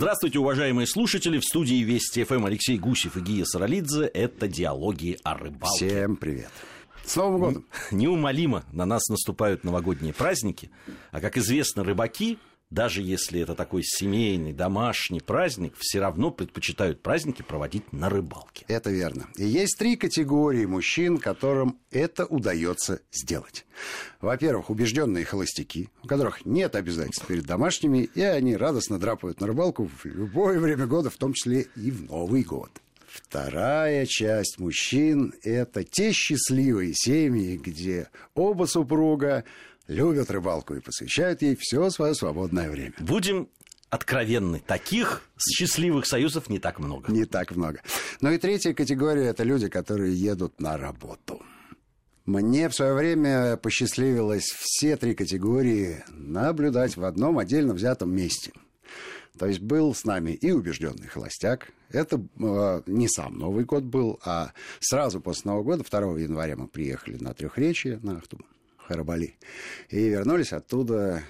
Здравствуйте, уважаемые слушатели. В студии Вести ФМ Алексей Гусев и Гия Саралидзе. Это «Диалоги о рыбалке». Всем привет. С Новым годом! Неумолимо на нас наступают новогодние праздники. А, как известно, рыбаки, даже если это такой семейный, домашний праздник, все равно предпочитают праздники проводить на рыбалке. Это верно. И есть 3 категории мужчин, которым это удается сделать. Во-первых, убежденные холостяки, у которых нет обязательств перед домашними, и они радостно драпают на рыбалку в любое время года, в том числе и в Новый год. Вторая часть мужчин – это те счастливые семьи, где оба супруга любят рыбалку и посвящают ей все свое свободное время. Будем откровенны, таких счастливых союзов не так много. Не так много. Ну и третья категория – это люди, которые едут на работу. Мне в свое время посчастливилось все 3 категории наблюдать в одном отдельно взятом месте. То есть был с нами и убежденный холостяк. Это не сам Новый год был, а сразу после Нового года, 2 января мы приехали на Трехречье, на Ахту, Харабали, и вернулись оттуда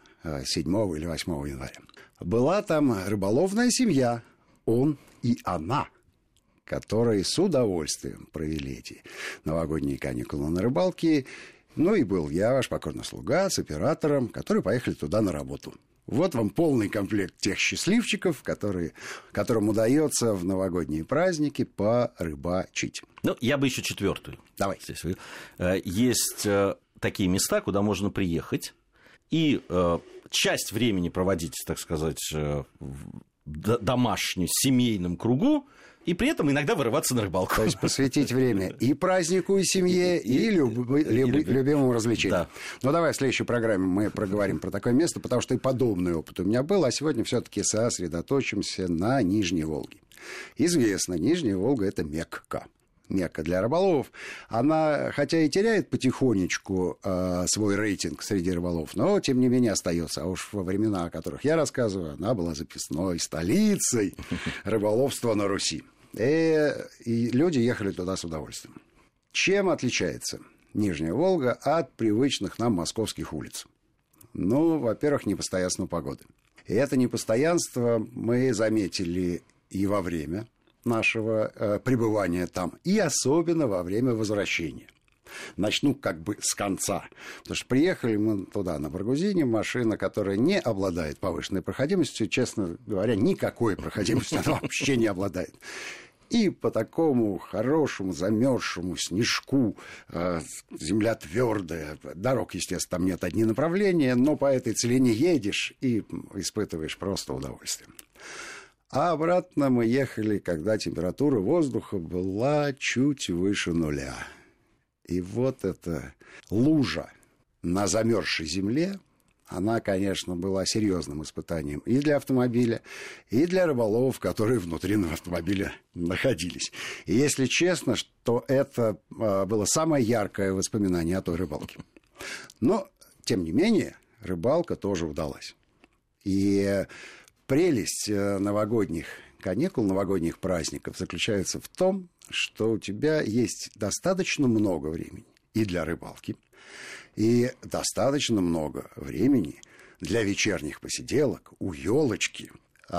7 или 8 января. Была там рыболовная семья, он и она, которые с удовольствием провели эти новогодние каникулы на рыбалке. Ну и был я, ваш покорный слуга, с оператором, которые поехали туда на работу. Вот вам полный комплект тех счастливчиков, которым удается в новогодние праздники порыбачить. Ну, я бы еще 4-ю. Давай. Есть такие места, куда можно приехать и часть времени проводить, так сказать, в домашнем, семейном кругу, и при этом иногда вырываться на рыбалку. То есть посвятить время и празднику, и семье, и любимому развлечению. Да. Ну, давай в следующей программе мы проговорим про такое место, потому что и подобный опыт у меня был, а сегодня все-таки сосредоточимся на Нижней Волге. Известно, Нижняя Волга – это Мекка для рыболовов. Она, хотя и теряет потихонечку свой рейтинг среди рыболовов, но, тем не менее, остается. А уж во времена, о которых я рассказываю, она была записной столицей рыболовства на Руси. И люди ехали туда с удовольствием. Чем отличается Нижняя Волга от привычных нам московских улиц? Ну, во-первых, непостоянство погоды. И это непостоянство мы заметили и во время нашего пребывания там, и особенно во время возвращения. Начну как бы с конца. Потому что приехали мы туда на Баргузине, машина, которая не обладает повышенной проходимостью, честно говоря, никакой проходимостью она вообще не обладает. И по такому хорошему замерзшему снежку, земля твердая, дорог, естественно, там нет одни направления, но по этой целине едешь и испытываешь просто удовольствие. А обратно мы ехали, когда температура воздуха была чуть выше 0. И вот эта лужа на замерзшей земле, она, конечно, была серьезным испытанием и для автомобиля, и для рыболовов, которые внутри автомобиля находились. И если честно, что это было самое яркое воспоминание о той рыбалке. Но, тем не менее, рыбалка тоже удалась. И прелесть новогодних каникул, новогодних праздников заключается в том, что у тебя есть достаточно много времени и для рыбалки, и достаточно много времени для вечерних посиделок у елочки,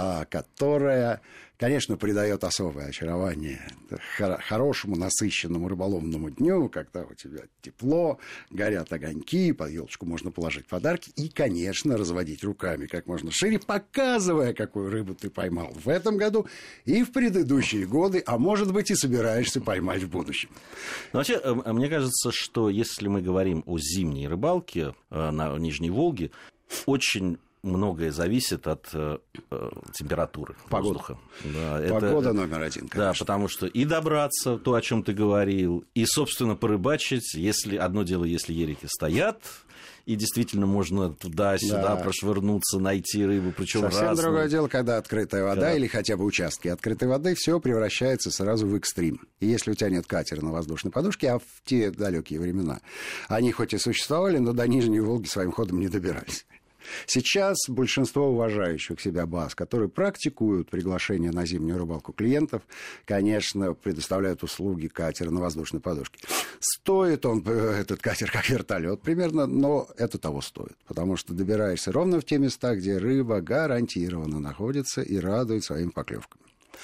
которая, конечно, придает особое очарование хорошему, насыщенному рыболовному дню, когда у тебя тепло, горят огоньки, под елочку можно положить подарки и, конечно, разводить руками как можно шире, показывая, какую рыбу ты поймал в этом году и в предыдущие годы, а может быть и собираешься поймать в будущем. Но вообще, мне кажется, что если мы говорим о зимней рыбалке на Нижней Волге, очень многое зависит от температуры воздуха. Да, Погода номер 1, конечно. Да, потому что и добраться, то, о чем ты говорил, и, собственно, порыбачить. Если одно дело, если ерики стоят, и действительно можно туда-сюда прошвырнуться, найти рыбу, причем совсем разную. Другое дело, когда открытая вода или хотя бы участки открытой воды, все превращается сразу в экстрим. И если у тебя нет катера на воздушной подушке, а в те далекие времена они хоть и существовали, но до Нижней Волги своим ходом не добирались. Сейчас большинство уважающих себя баз, которые практикуют приглашение на зимнюю рыбалку клиентов, конечно, предоставляют услуги катера на воздушной подушке. Стоит он, этот катер, как вертолет примерно, но это того стоит, потому что добираешься ровно в те места, где рыба гарантированно находится и радует своими поклевками.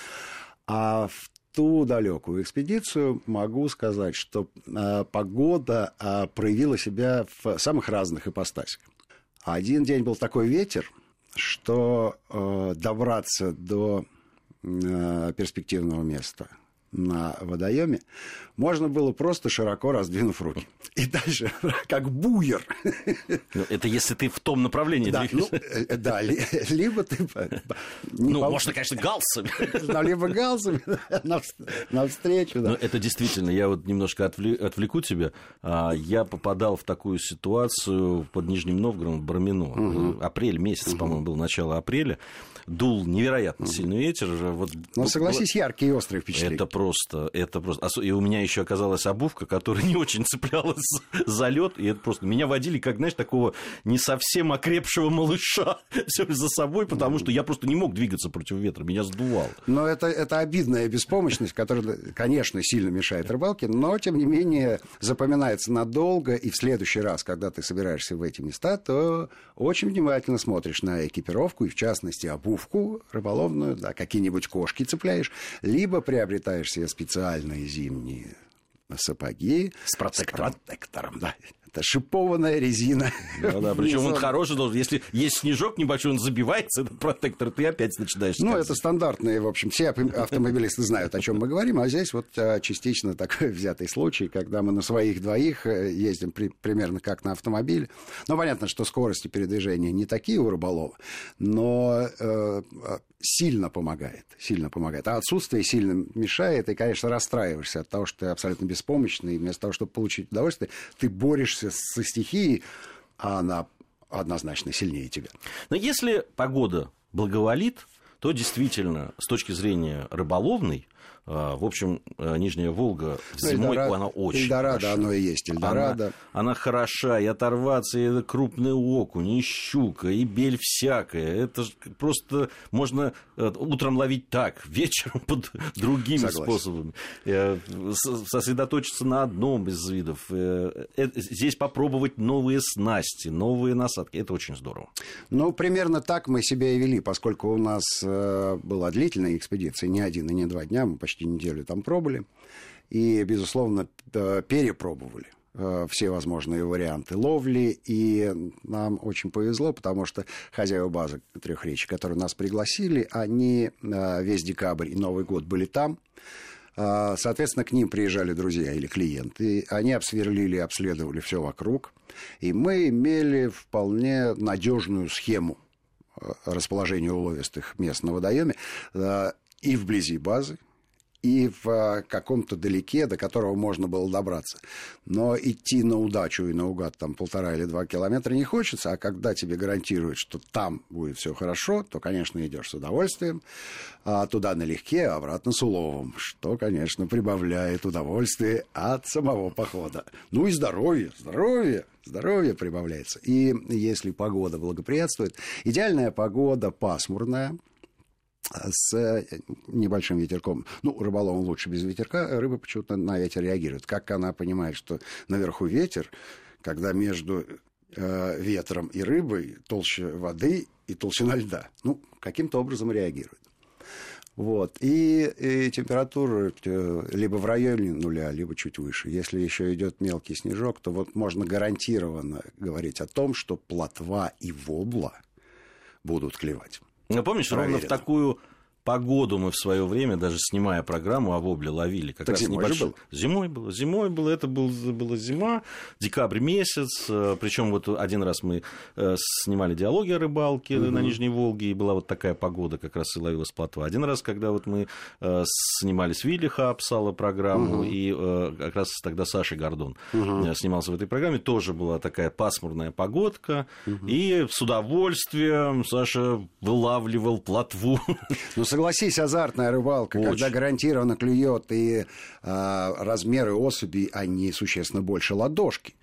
А в ту далекую экспедицию могу сказать, что погода проявила себя в самых разных ипостасях. Один день был такой ветер, что добраться до перспективного места на водоеме можно было просто широко раздвинув руки. И дальше, как буер. Это если ты в том направлении двигаешься. Да, либо ты... можно, конечно, галсами. Либо галсами навстречу. Но это действительно, я вот немножко отвлеку тебя. Я попадал в такую ситуацию под Нижним Новгородом, в Бармино. Апрель месяц, по-моему, был начало апреля. Дул невероятно сильный ветер. Но согласись, яркие и острые впечатления. Это просто. И у меня еще оказалась обувка, которая не очень цеплялась за лед. И это просто. Меня водили, как, знаешь, такого не совсем окрепшего малыша все за собой, потому что я просто не мог двигаться против ветра. Меня сдувало. Но это обидная беспомощность, которая, конечно, сильно мешает рыбалке, но, тем не менее, запоминается надолго. И в следующий раз, когда ты собираешься в эти места, то очень внимательно смотришь на экипировку, и, в частности, обувку рыболовную, да, какие-нибудь кошки цепляешь, либо приобретаешь себе специальные зимние сапоги с протектором, да. Это шипованная резина. Да, причем он хороший должен. Если есть снежок небольшой, он забивается, этот протектор, ты опять начинаешь скользить. Это стандартные, в общем, все автомобилисты знают, о чем мы говорим, а здесь вот частично такой взятый случай, когда мы на своих двоих ездим примерно как на автомобиле. Понятно, что скорости передвижения не такие у рыболова, но сильно помогает. А отсутствие сильно мешает, и, конечно, расстраиваешься от того, что ты абсолютно беспомощный, и вместо того, чтобы получить удовольствие, ты борешься со стихией, а она однозначно сильнее тебя. Но если погода благоволит, то действительно, с точки зрения рыболовной, в общем, Нижняя Волга зимой она очень Эльдорадо, хороша. Оно и есть Эльдорадо. Она хороша, и оторваться, и крупный окунь, и щука, и бель всякая. Это просто можно утром ловить так, вечером под другими способами. Сосредоточиться на одном из видов. Здесь попробовать новые снасти, новые насадки. Это очень здорово. Примерно так мы себя и вели, поскольку у нас была длительная экспедиция, не 1 и не 2 дня, мы почти неделю там пробыли, и, безусловно, перепробовали все возможные варианты ловли, и нам очень повезло, потому что хозяева базы Трехречья, которые нас пригласили, они весь декабрь и Новый год были там. Соответственно, к ним приезжали друзья или клиенты, они обсверлили, обследовали все вокруг, и мы имели вполне надежную схему расположения уловистых мест на водоеме и вблизи базы, и в каком-то далеке, до которого можно было добраться. Но идти на удачу и наугад там 1,5 или 2 километра не хочется, а когда тебе гарантируют, что там будет все хорошо, то, конечно, идешь с удовольствием, а туда налегке, а обратно с уловом, что, конечно, прибавляет удовольствие от самого похода. И здоровье прибавляется. И если погода благоприятствует, идеальная погода пасмурная, с небольшим ветерком. Рыболовам лучше без ветерка, рыба почему-то на ветер реагирует. Как она понимает, что наверху ветер, когда между ветром и рыбой толще воды и толщина льда. Каким-то образом реагирует. И температура либо в районе нуля, либо чуть выше. Если еще идет мелкий снежок, то можно гарантированно говорить о том, что плотва и вобла будут клевать. Помнишь, ровно в такую погоду мы в свое время, даже снимая программу о вобле, ловили. Как раз зимой был? Зимой было. Это была зима, декабрь месяц. Причем один раз мы снимали диалоги о рыбалке на Нижней Волге, и была такая погода, как раз и ловилась плотва. Один раз, когда мы снимали с Вилли Хапсала программу, и как раз тогда Саша Гордон снимался в этой программе, тоже была такая пасмурная погодка, и с удовольствием Саша вылавливал плотву. Согласись, азартная рыбалка, когда гарантированно клюет, и размеры особей, они существенно больше ладошки,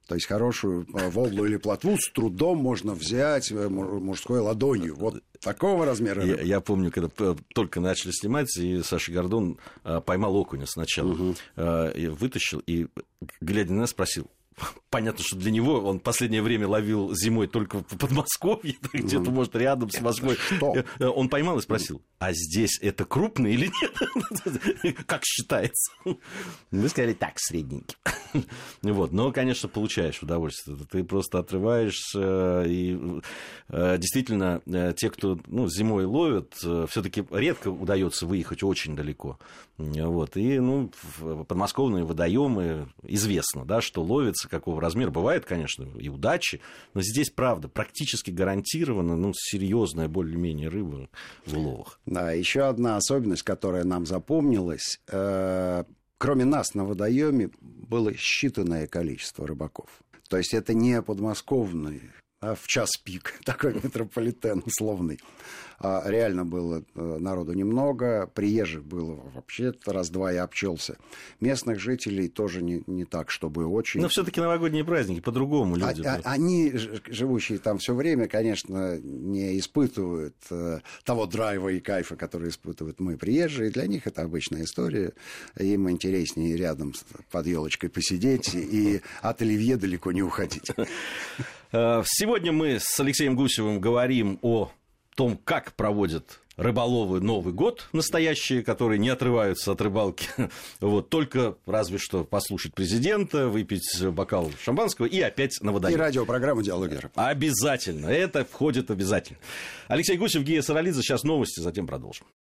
То есть хорошую воблу или плотву с трудом можно взять мужской ладонью. Вот такого размера. Я помню, когда только начали снимать, и Саша Гордон поймал окуня сначала, и вытащил, и, глядя на нас, спросил. Понятно, что для него он в последнее время ловил зимой только в Подмосковье, где-то, может, рядом с Москвой. Что? Он поймал и спросил, а здесь это крупный или нет? Как считается? Мы сказали, так, средненький. Вот. Но, конечно, получаешь удовольствие. Ты просто отрываешься. И действительно, те, кто зимой ловят, все-таки редко удается выехать очень далеко. Вот. И подмосковные водоемы известно, да, что ловится, какого размера. Бывает, конечно, и удачи, но здесь, правда, практически гарантированно серьезная более-менее рыба в уловах. Да, еще одна особенность, которая нам запомнилась. Кроме нас на водоеме было считанное количество рыбаков. То есть это не подмосковный, а в час пик, такой метрополитен условный. Реально было народу немного, приезжих было вообще раз-два и обчелся. Местных жителей тоже не так, чтобы очень... Но все-таки новогодние праздники по-другому люди. Они, живущие там все время, конечно, не испытывают того драйва и кайфа, который испытывают мы, приезжие. Для них это обычная история. Им интереснее рядом под елочкой посидеть и от оливье далеко не уходить. Сегодня мы с Алексеем Гусевым говорим о том, как проводят рыболовы Новый год настоящие, которые не отрываются от рыбалки. Вот, только разве что послушать президента, выпить бокал шампанского и опять на водоем. И радиопрограмму «Диалоги». Обязательно. Это входит обязательно. Алексей Гусев, Гия Саралидзе. Сейчас новости, затем продолжим.